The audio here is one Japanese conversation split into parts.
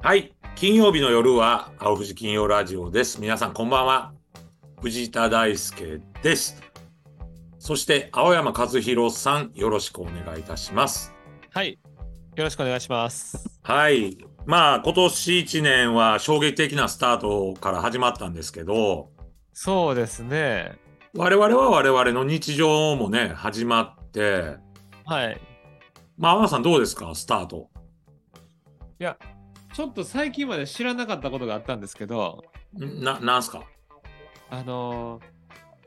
はい。金曜日の夜は青藤金曜ラジオです。皆さんこんばんは。藤田大輔です。そして青山和弘さん、よろしくお願いいたします。 はい。よろしくお願いします。 はい。今年1年は衝撃的なスタートから始まったんですけど、 そうですね。 我々は我々の日常もね、始まって、 はい。 青山さんどうですかスタート。 いや、ちょっと最近まで知らなかったことがあったんですけど、 なんすか？ あのー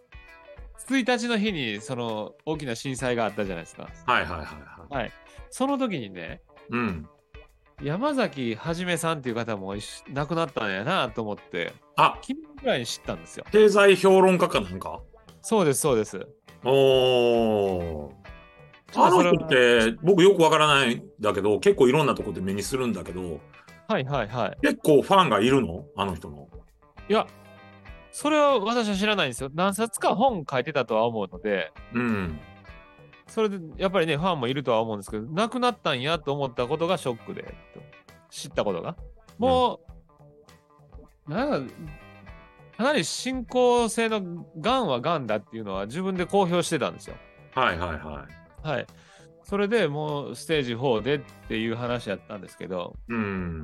1日の日にその大きな震災があったじゃないですか。 はいはいはいはい。 はい。その時にね、 うん。 山崎はじめさんっていう方も亡くなったんやなと思って、 あ、 昨日ぐらいに知ったんですよ。 経済評論家かなんか？ そうです、そうです。 おー。 ちょっあの人っとそれは、 て僕よくわからないんだけど、結構いろんなとこで目にするんだけど、 はいはいはい。 結構ファンがいるのあの人の？ いや、それは私は知らないんですよ。何冊か本書いてたとは思うので、 うん。 それで、やっぱりね、ファンもいるとは思うんですけど、亡くなったんやと思ったことがショックで、知ったことが。 うん。 もう、かなり進行性の癌は癌だっていうのは自分で公表してたんですよ。 はいはいはい。 はい。それでもうステージ4でっていう話やったんですけど、 うん。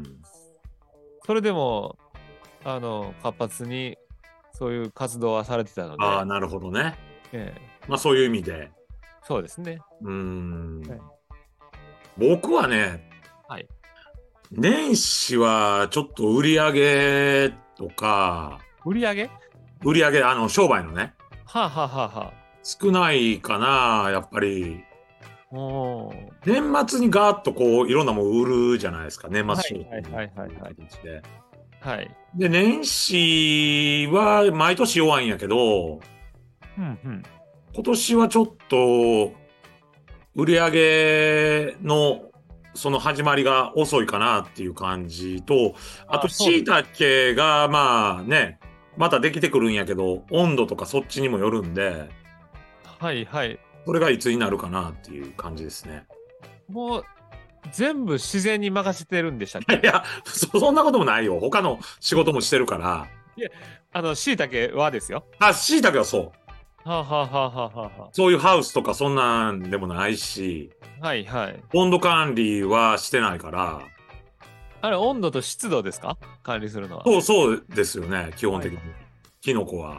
それでも、活発にそういう活動はされてたのああ、 で、 なるほどね。 ええ、 そういう意味で。 そうですね。 うーん。 はい。 僕はね、 はい。 年始はちょっと売り上げとか、 売り上げ売り上げ、商売のね、 はあ、はあはあはあ。 少ないかな、やっぱり。 おー。 年末にガーッとこう、いろんなもん売るじゃないですか。年末はい商はいはい戦っていうはいはい。 形で。 はい。 で、年始は毎年弱いんやけど、 うんうん。 今年はちょっと売り上げのその始まりが遅いかなっていう感じと、あとあ、そうです。 椎茸がまたできてくるんやけど、温度とかそっちにもよるんで、 はいはい。 それがいつになるかなっていう感じですね。 もう全部自然に任せてるんでしたっけ？ いや、そんなこともないよ。他の仕事もしてるから。 いや、椎茸はですよ。 椎茸はそう。 はあ、はあはあはあはあはそういうハウスとかそんなんでもないし、 あ、はいはい。 温度管理はしてないから、 あれ、温度と湿度ですか？管理するのは。 そうですよね、基本はい。 的に。キノコは。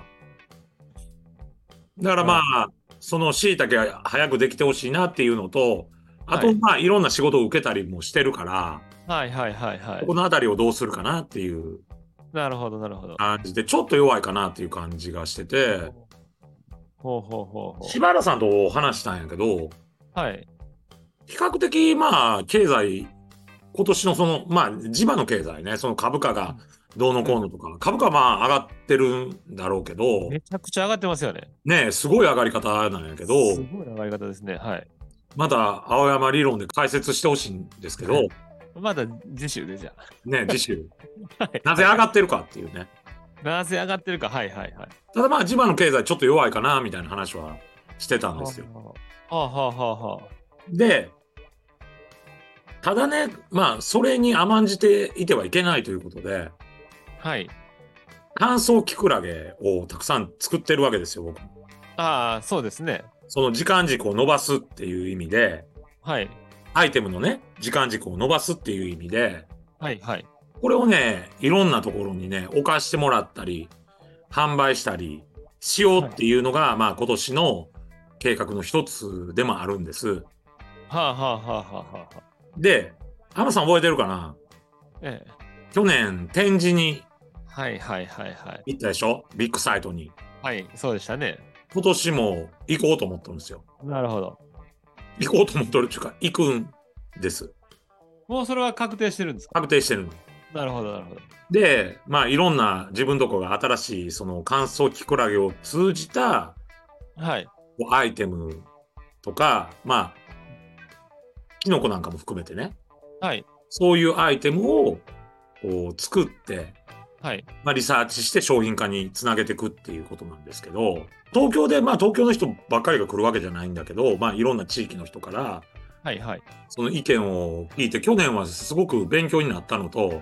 だからあ、 その椎茸が早くできてほしいなっていうのと、あとはい。 いろんな仕事を受けたりもしてるから、 はいはいはいはい。 このあたりをどうするかなっていうなるほどなるほど。 感じで、ちょっと弱いかなっていう感じがしてて、 ほうほうほうほ柴原さんと話したんやけど、 う。はい。 比較的経済、今年のその、地場の経済ね、その株価がうん。 どうのうん。 こうのとか、株価は上がってるんだろうけど、 めちゃくちゃ上がってますよね。 ね、すごい上がり方なんやけど、 すごい上がり方ですね。はい。 また青山理論で解説してほしいんですけど、 まだ次週でじゃね、次週、 あ。はいなぜはいはい。 上がってるかっていうね。 なぜ上がってるか。はいはいはい。 ただ地場の経済ちょっと弱いかな、みたいな話はしてたんですよ。 はあ、はあ、はあ、はあ。 で、ただね、それに甘んじていてはいけないということで、 はい。 乾燥キクラゲをたくさん作ってるわけですよ、僕。 ああ、そうですね。 その時間軸を伸ばすっていう意味で、 はい。 アイテムのね、時間軸を伸ばすっていう意味で、 はい、はい。 これをね、いろんなところにね、置かしてもらったり、販売したりしようはい。 っていうのが、今年の計画の一つでもあるんです。 はあ、はあ、はあ、はあ、はあ。 で、浜さん覚えてるかな？ ええ。 去年、展示にはい、はい、はい、はい。 行ったでしょ？ビッグサイトに。 はい、そうでしたね。 今年も行こうと思ってるんですよ。 なるほど。 行こうと思ってるっていうか、行くんです。 もうそれは確定してるんですか？ 確定してるの。 なるほど、なるほど。 で、いろんな自分とこが新しいその乾燥キクラゲを通じたはい。 アイテムとか、キノコなんかも含めてね、 はい。 そういうアイテムをこう作って、 はい。 リサーチして商品化につなげていくっていうことなんですけど、東京で、東京の人ばっかりが来るわけじゃないんだけど、いろんな地域の人からはい、はい。 その意見を聞いて、去年はすごく勉強になったのと、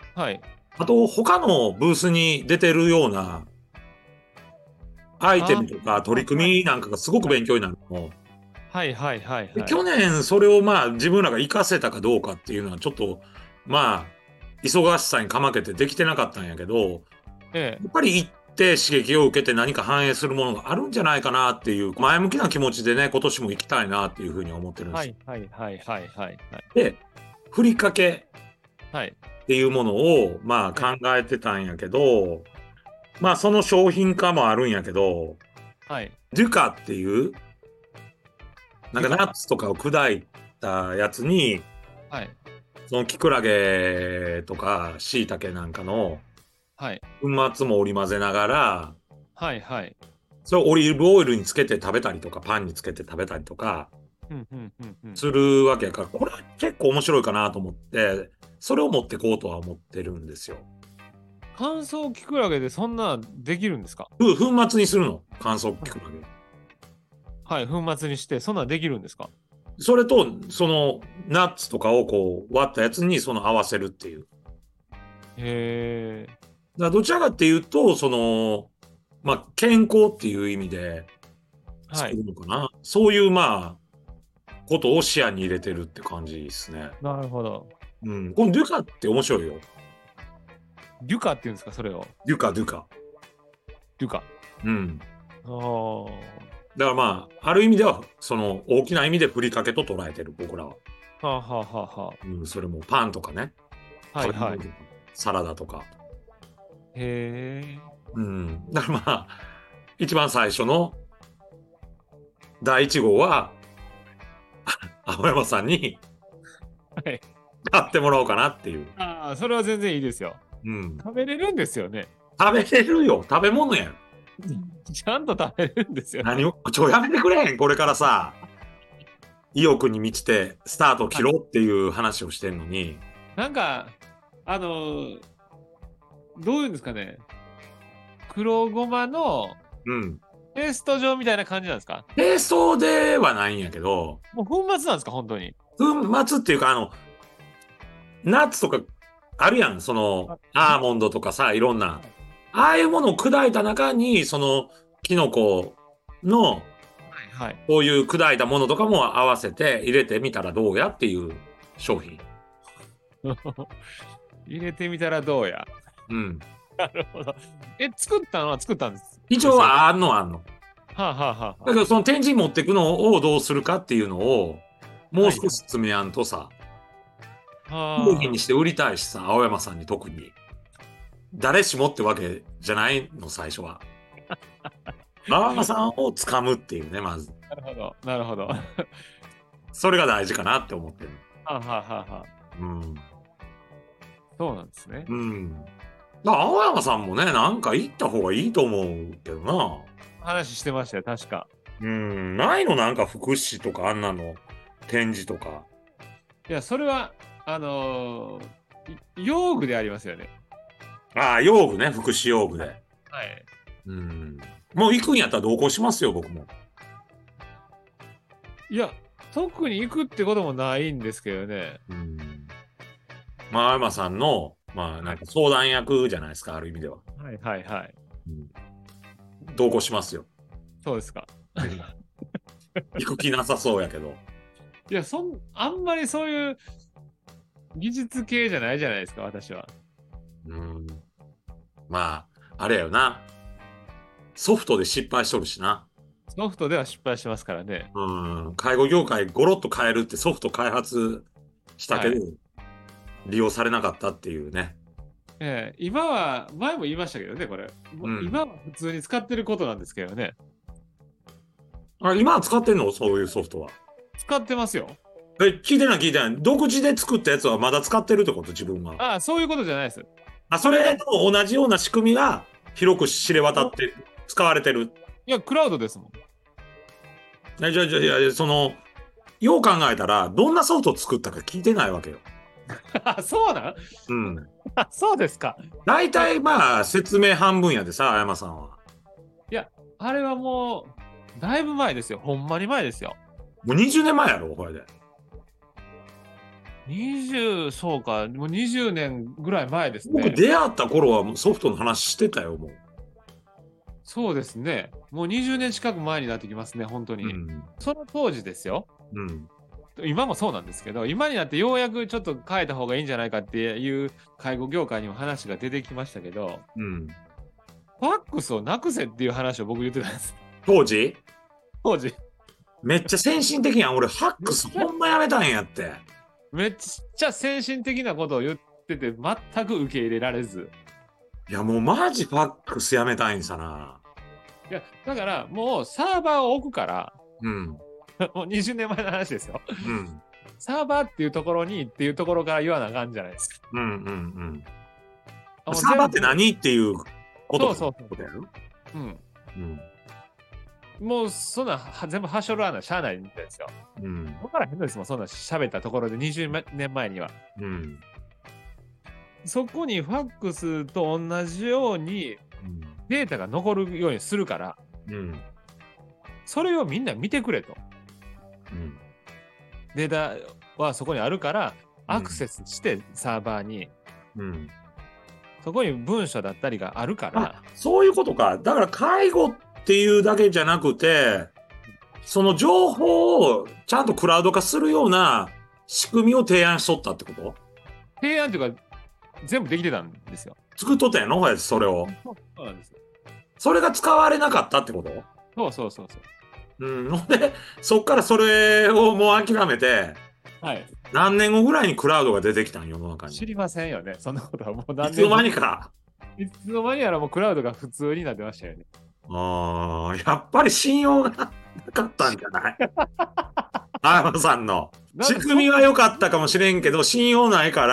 はい。 あと他のブースに出てるようなアイテあムとか取りはい。 組みなんかがすごく勉強になるの。 はいはいはいで、 はい。 去年それをまあ自分らが活かせたかどうかっていうのはちょっとまあ忙しさにかまけてできてなかったんやけど、 ええ。 やっぱり行って刺激を受けて何か反映するものがあるんじゃないかなっていう前向きな気持ちでね、今年も行きたいなっていうふうに思ってるんですよ。 はいはいはいはいはいはい。 で、ふりかけはい。 っていうものをまあはい。 考えてたんやけど、まあその商品化もあるんやけど、 はい。 デュカっていうなんかナデュカ。 ッツとかを砕いたやつに、 はい。 そのキクラゲとか椎茸なんかのはい。 粉末も織り交ぜながら、 はいはい。 それをオリーブオイルにつけて食べたりとか、パンにつけて食べたりとかうんうんうんうん。 するわけやから、これは結構面白いかなと思って、それを持ってこうとは思ってるんですよ。 乾燥キクラゲでそんなできるんですか？ 粉末にするの、乾燥キクラゲ。 はい、粉末にしてそんなんできるんですか？ それと、そのナッツとかをこう割ったやつにその合わせるっていう。 へえ。 だからどちらかっていうと、その、まあ、健康っていう意味で作はい。 るのかな。そういうまあ、ことを視野に入れてるって感じですね。 なるほど。 うん。このデュカって面白いよ。 デュカっていうんですか、それを。 デュカ、デュカ。 デュカ。 うん。 ああ。 だからまあ、ある意味では、その大きな意味でふりかけと捉えてる、僕らは。 はあはあはあはうん、それもパンとかね。 あ。はいはい。 食べ物とか、サラダとか。 へえ。 うん。だからまあ、一番最初の第一号は、青山さんにはい。 買ってもらおうかなっていう。 ああ、それは全然いいですよ。 うん。 食べれるんですよね。 食べれるよ。食べ物やん。 ちゃんと食べれるんですよね。 何を、やめてくれへん。これからさ、意欲に満ちてスタートを切はい。 ろうっていう話をしてんのに、 なんか、あのーどういうんですかね。黒ごまのうん。 ペースト状みたいな感じなんですか？ 低層ではないんやけど、 もう粉末なんですか、本当に。 粉末っていうか、ナッツとかあるやん。その、 あ、 アーモンドとかさ、いろんな。 はい。 ああいうものを砕いた中に、その、キノコの、 はい。 こういう砕いたものとかも合わせて入れてみたらどうやっていう商品。 入れてみたらどうや。 うん。 なるほど。作ったのは作ったんです。 一応ですよね。 あんのあんの。 はあ、はあはあはだけど、その展示に持っていくのをどうするかっていうのを、 あ、はいはい。 もう少し詰めやんとさ、商品はあ。 にして売りたいしさ、青山さんに特に。誰しもってわけじゃないの、最初は。青山さんを掴むっていうね、まず。 なるほど。なるほど。はそれが大事かなって思ってる。 あはあはあはあ。 うん。 そうなんですね。 うん。だから青山さんもね、なんか行った方がいいと思うけどな。 話してましたよ、確か。 うん。ないのなんか福祉とかあんなの展示とか。 いや、それは、用具でありますよね。 ああ、用具ね、福祉用具はい。 で。 はい。 うん。もう行くんやったら同行しますよ、僕も。 いや、特に行くってこともないんですけどね。 うん。まあ、青山さんの、まあ、なはい。 んか相談役じゃないですか、ある意味では。 はいはいはい。 うん。同行しますよ。 そうですか。 うん。行く気なさそうやけど。 いや、あんまりそういう技術系じゃないじゃないですか、私は。 うん。まあ、あれやよな。ソフトで失敗しとるしな。 ソフトでは失敗してますからね。 うん。介護業界ゴロッと変えるってソフト開発したけど、 はい。 利用されなかったっていうね。 今は、前も言いましたけどね、これ。 うん。 今は普通に使ってることなんですけどね。 あ、今は使ってんのそういうソフトは。 使ってますよ。 聞いてない聞いてない。独自で作ったやつはまだ使ってるってこと自分は。 ああ、そういうことじゃないです。 あ、そこれは、 れと同じような仕組みが広く知れ渡おって使われてる。 いや、クラウドですもん。 いや、よう考えたら、どんなソフトを作ったか聞いてないわけよ。 あ、そうなん。 うん。 あ、そうですか。 大いや、 体まあ、説明半分やでさ、あやまさんは。 いや、あれはもう、だいぶ前ですよ。ほんまに前ですよ。 もう20年前やろ、これで。 そうか、もう20年ぐらい前です僕ね。 出会った頃はもうソフトの話してたよ、もう。 そうですね。もう20年近く前になってきますね、本当に。 うん。 その当時ですよ。 うん。 今もそうなんですけど、今になってようやくちょっと変えた方がいいんじゃないかっていう介護業界にも話が出てきましたけど、 うん。 ファックスをなくせっていう話を僕言ってたんです。 当時当時。 めっちゃ先進的やん。俺、ファックスほんまやめたんやって。 めっちゃ先進的なことを言ってて、全く受け入れられず。 いや、もうマジファックスやめたいんさな。 いや、だからもうサーバーを置くから、 うん。 もう20年前の話ですよ。 うん。 サーバーっていうところにっていうところから言わなあかんじゃないですか。 うん。うん。うん。 もうサーバーって全部、 何っていうことそうそうそう。 やろ。 うん。 うん。 もうそんな全部はしょらなしゃあないみたいですよ。 うん。 分からへんのですもん、そんな喋ったところで20年前には。 うん。 そこにファックスと同じようにデータが残るようにするから、 うん。 それをみんな見てくれと。 うん。 データはそこにあるから、アクセスしてサーバーに、 うん。 そこに文書だったりがあるから。 そういうことか。だから介護っていうだけじゃなくて、その情報をちゃんとクラウド化するような仕組みを提案しとったってこと？ 提案というか、全部できてたんですよ。 作っとったんやろ、それを。 そうなんですよ。 それが使われなかったってこと？ そう。 うん。ほんで、そっからそれをもう諦めて、 はい。 何年後ぐらいにクラウドが出てきたん、世の中に。 知りませんよね。そんなことはもうい何年つの間にか。 いつの間にやらもうクラウドが普通になってましたよね。 ああ、やっぱり信用がなかったんじゃない？青山さんの。仕組みは良かったかもしれんけど、信用ないから、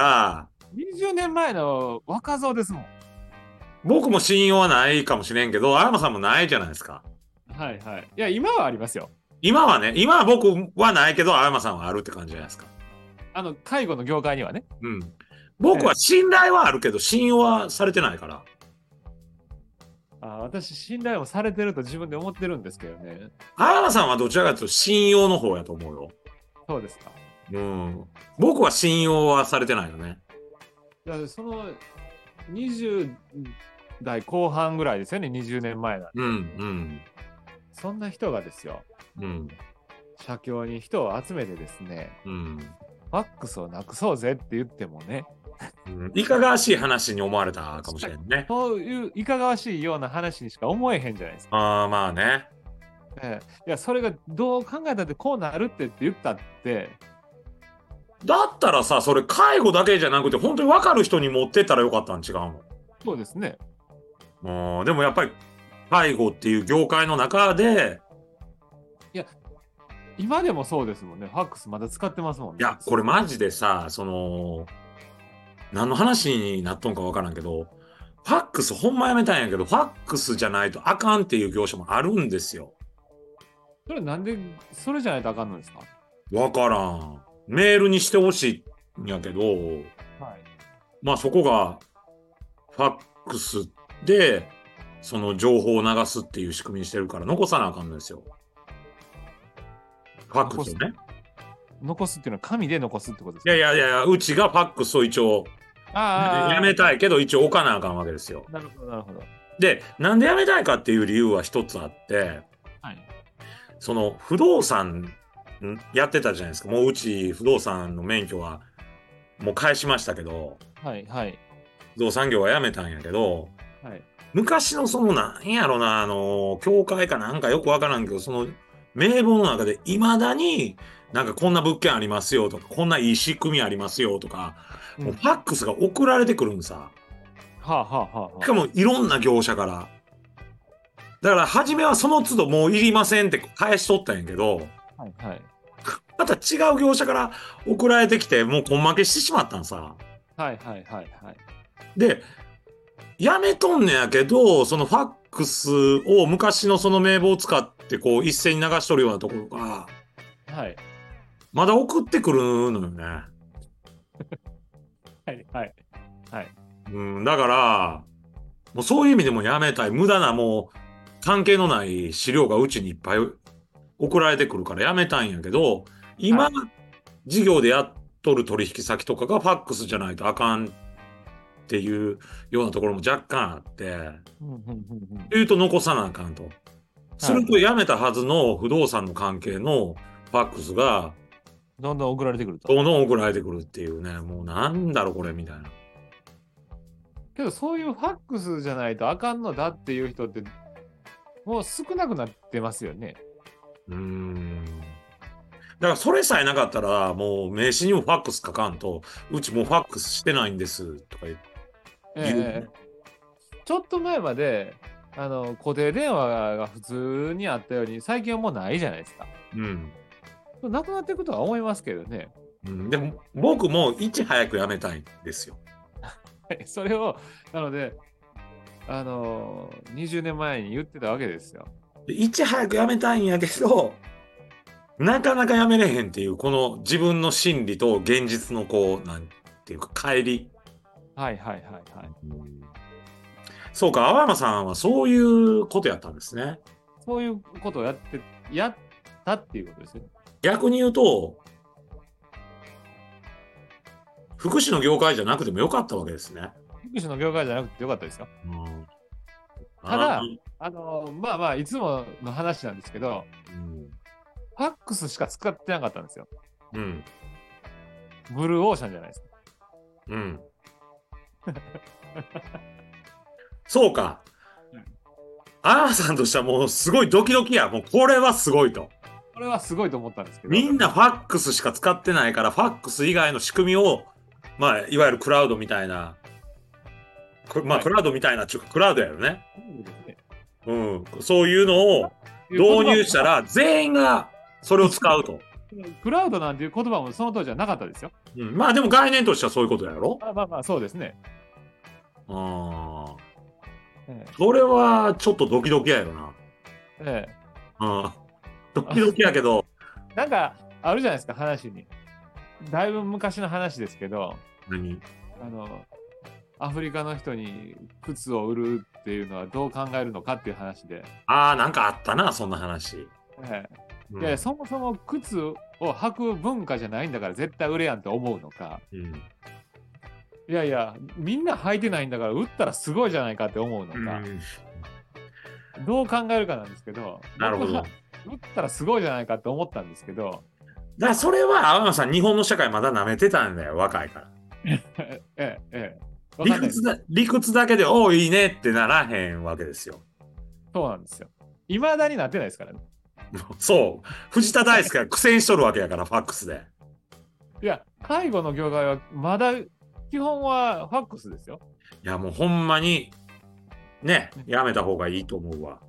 20年前の若造ですもん。 僕も信用はないかもしれんけど、青山さんもないじゃないですか。 はいはい。いや、今はありますよ。 今はね、今は僕はないけど、青山さんはあるって感じじゃないですか。 介護の業界にはね。 うん。僕は信頼はあるけど、信用はされてないから。 私、信頼もされてると自分で思ってるんですけどね。 青山さんはどちらかというと信用の方やと思うよ。 そうですか。 うん。僕は信用はされてないよね。 だからその20代後半ぐらいですよね、20年前なんで。 うん、 そんな人がですよ、 うん、 社協に人を集めてですね、 うん。 ファックスをなくそうぜって言ってもね、 いかがわしい話に思われたかもしれんね。 そういういかがわしいような話にしか思えへんじゃないですか。 ああ、まあね。 いや、それがどう考えたってこうなるって言ったって、 だったらさ、それ介護だけじゃなくて、本当に分かる人に持ってったらよかったん違うの？ そうですね。 でもやっぱり介護っていう業界の中で、 いや、今でもそうですもんね。ファックスまだ使ってますもんね。 いや、これマジでさ、何の話になっとんか分からんけど、ファックスほんまやめたんやけど、ファックスじゃないとあかんっていう業者もあるんですよ。 それなんで、それじゃないとあかんのですか？ 分からん。メールにしてほしいんやけど、 はい。 まあそこがファックスでその情報を流すっていう仕組みにしてるから残さなあかんのですよ。ファックスをね。 残すっていうのは紙で残すってことですか？ いや、うちがファックスを一応やめたいけど一応置かなあかんわけですよ。 なるほど、なるほど。 で、なんでやめたいかっていう理由は一つあって、 はい。 その不動産やってたじゃないですか。もううち不動産の免許はもう返しましたけど、 はい、はい。 不動産業はやめたんやけど、 はい。 昔のそのなんやろな、教会かなんかよくわからんけど、その名簿の中で未だになんかこんな物件ありますよとか、こんないい仕組みありますよとか、もうファックスが送られてくるんさ。 はあ、はあ、はあ。 しかもいろんな業者から。だから初めはその都度もういりませんって返しとったんやけど、 はい、はい。 また違う業者から送られてきて、もう根負けしてしまったんさ。 はい、はい、はい、はい。 で、やめとんねやけど、そのファックスを昔のその名簿を使ってこう一斉に流しとるようなところが、 はい。 まだ送ってくるのよね。 はい、はい。はい。 だから、もうそういう意味でもやめたい。無駄なもう関係のない資料がうちにいっぱい送られてくるからやめたんやけど、今、 はい事業でやっとる取引先とかがファックスじゃないとあかんっていうようなところも若干あって、言うと残さなあかんと。すると辞めたはずの不動産の関係のファックスがどんどん送られてくると。 どんどん送られてくるっていうね、もうなんだろこれみたいな。 けどそういうファックスじゃないとあかんのだっていう人ってもう少なくなってますよね。 だからそれさえなかったらもう名刺にもファックス書かんと、うちもうファックスしてないんですとか言う。 ちょっと前まで固定電話が普通にあったように最近はもうないじゃないですか。なくなっていくとは思いますけどね。 でも僕もいち早く辞めたいんですよ。 それをなので20年前に言ってたわけですよ。 いち早く辞めたいんやけど、なかなか辞めれへんっていうこの自分の心理と現実のこうなんていうか乖離。そうか、青山さんはそういうことやったんですね。 そういうことをやったっていうことですよ。 逆に言うと、福祉の業界じゃなくてもよかったわけですね。 福祉の業界じゃなくてよかったですよ。ただ、まあまあ、いつもの話なんですけど、ファックスしか使ってなかったんですよ。ブルーオーシャンじゃないですか。 そうか。アーさんとしてはもうすごいドキドキや。もうこれはすごいと。 これはすごいと思ったんですけど。 みんなファックスしか使ってないから、ファックス以外の仕組みを、まあ、いわゆるクラウドみたいな、クラウドみたいな、クラウドやよね。そういうのを導入したら、全員がそれを使うと。 クラウドなんていう言葉もその当時はなかったですよ。 まあでも概念としてはそういうことやろ。 まあ、そうですね。 それはちょっとドキドキやよな。ドキドキやけど。 なんか、あるじゃないですか、話に。だいぶ昔の話ですけど、 何？ アフリカの人に靴を売るっていうのはどう考えるのかっていう話で。 なんかあったな、そんな話。 いや、そもそも靴を履く文化じゃないんだから絶対売れやんって思うのか。いやいや、みんな履いてないんだから売ったらすごいじゃないかって思うのか。どう考えるかなんですけど、 なるほど。 売ったらすごいじゃないかって思ったんですけど。 だからそれは青山さん、日本の社会まだ舐めてたんだよ、若いから。理屈だけで、おお、いいねってならへんわけですよ。 そうなんですよ。いまだになってないですからね。 そう。藤田大輔が苦戦しとるわけやから、ファックスで。 いや、介護の業界はまだ基本はファックスですよ。 いや、もうほんまに、ね、やめた方がいいと思うわ。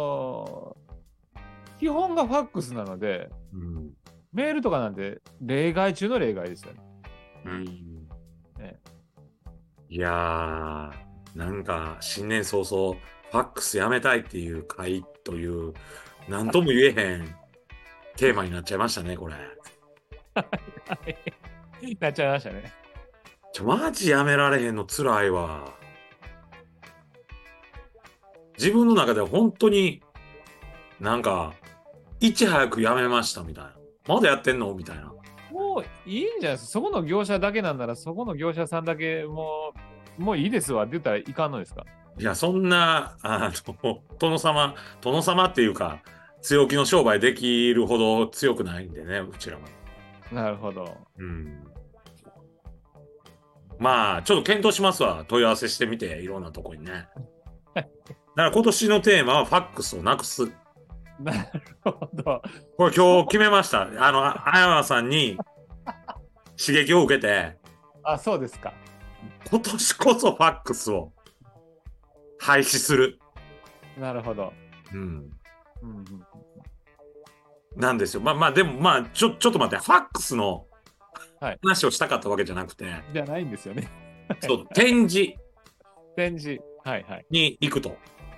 基本がファックスなので、メールとかなんて例外中の例外ですよね。 いやー、なんか新年早々、ファックスやめたいっていう会という、なんとも言えへんテーマになっちゃいましたね、これ。 なっちゃいましたね。 マジやめられへんの辛いわ。自分の中では本当になんか、いち早くやめましたみたいな。まだやってんのみたいな。 もういいんじゃないですか。そこの業者だけなんなら、そこの業者さんだけもういいですわって言ったらいかんのですか？ いや、そんな、殿様っていうか、強気の商売できるほど強くないんでね、うちらも。 なるほど。 まあ、ちょっと検討しますわ。問い合わせしてみて、いろんなとこにね。だから今年のテーマはファックスをなくす。 なるほど。 これ今日決めました。葉山さんに刺激を受けて。 そうですか。 今年こそファックスを廃止する。 なるほど。 なんですよ。でもちょっと待って、ファックスの話をしたかったわけじゃなくて。 じゃないんですよね。 そう、展示。に行くと。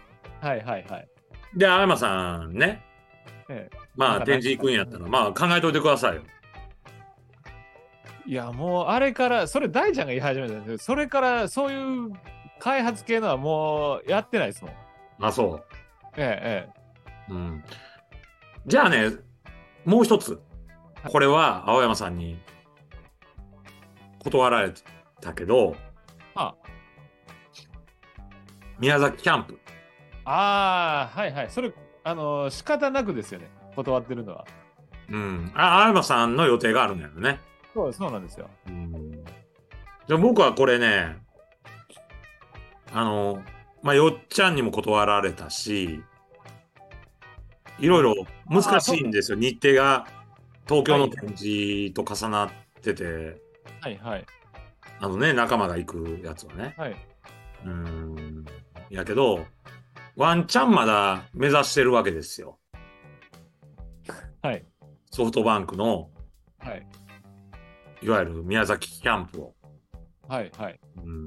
で、青山さんね。展示行くんやったら、考えといてくださいよ。 いや、もうあれから、それ大ちゃんが言い始めたんですけど、それからそういう開発系のはもうやってないですもん。 そう。じゃあね、もう一つ。これは青山さんに断られたけど、 あ宮崎キャンプ。 ああ、はいはい。それ、仕方なくですよね。断ってるのは。 うん。青山さんの予定があるんだよね。 そうなんですよ。 で僕はこれね、よっちゃんにも断られたし、いろいろ難しいんですよ。日程が東京の展示と重なってて、 はいはい。 仲間が行くやつはね。 はい。 やけど、ワンチャンまだ目指してるわけですよ。 はい。 ソフトバンクの、 はい。 いわゆる宮崎キャンプを。 はいはい。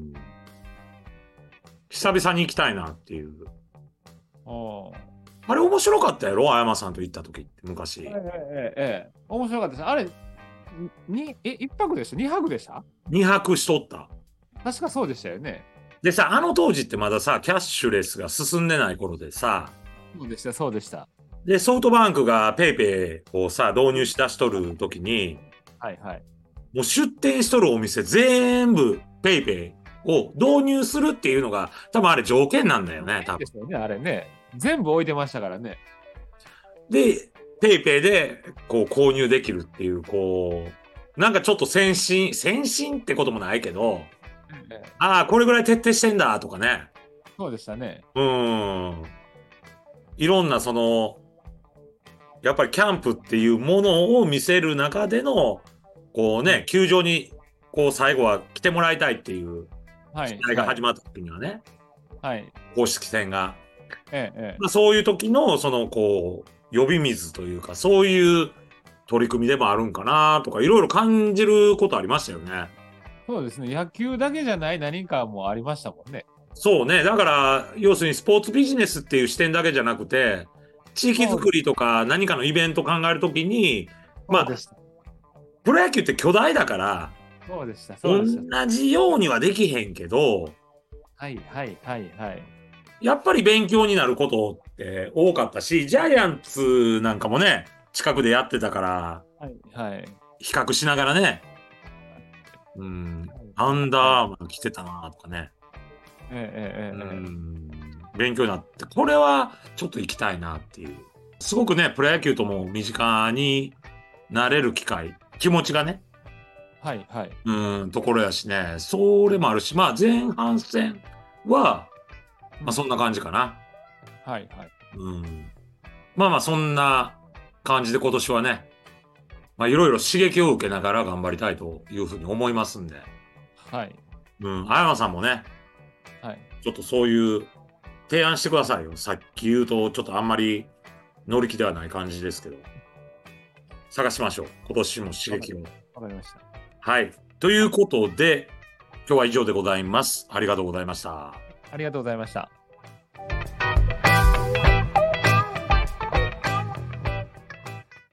久々に行きたいなっていう。 おあれ面白かったやろ、あやまさんと行った時って昔。 面白かったです。あれ、1泊でした ?2 泊でした 2泊しとった。 確かそうでしたよね。 でさ、あの当時ってまださ、キャッシュレスが進んでない頃でさ、 そうでした。 で、ソフトバンクがペイペイをさ、導入しだしとる時に、 はいはい。 もう出店しとるお店全部ペイペイを導入するっていうのが、多分あれ条件なんだよね、多分。 ですよね、あれね。全部置いてましたからね。 で、ペイペイでこう購入できるっていう、なんかちょっと先進ってこともないけど、ああ、これぐらい徹底してんだとかね。 そうでしたね。 いろんなやっぱりキャンプっていうものを見せる中での、球場に、最後は来てもらいたいっていう期待が始まった時にはね、公式戦が。そういう時の、呼び水というか、そういう取り組みでもあるんかなとか、いろいろ感じることありましたよね。 そうですね。野球だけじゃない何かもありましたもんね。 そうね。だから、要するにスポーツビジネスっていう視点だけじゃなくて、地域づくりとか何かのイベント考えるときに、プロ野球って巨大だから、同じようにはできへんけど、やっぱり勉強になることって多かったし、ジャイアンツなんかもね、近くでやってたから、比較しながらね、アンダーアーマー来てたなとかね。勉強になって、これはちょっと行きたいなっていう。すごくね、プロ野球とも身近になれる機会、気持ちがね、ところやしね、それもあるし、前半戦は、そんな感じかな。そんな感じで今年はね、いろいろ刺激を受けながら頑張りたいというふうに思いますんで。あやまさんもね、ちょっとそういう提案してくださいよ。さっき言うとちょっとあんまり乗り気ではない感じですけど。探しましょう。今年も刺激を。 わかりました。 はい。ということで、今日は以上でございます。ありがとうございました。 ありがとうございました。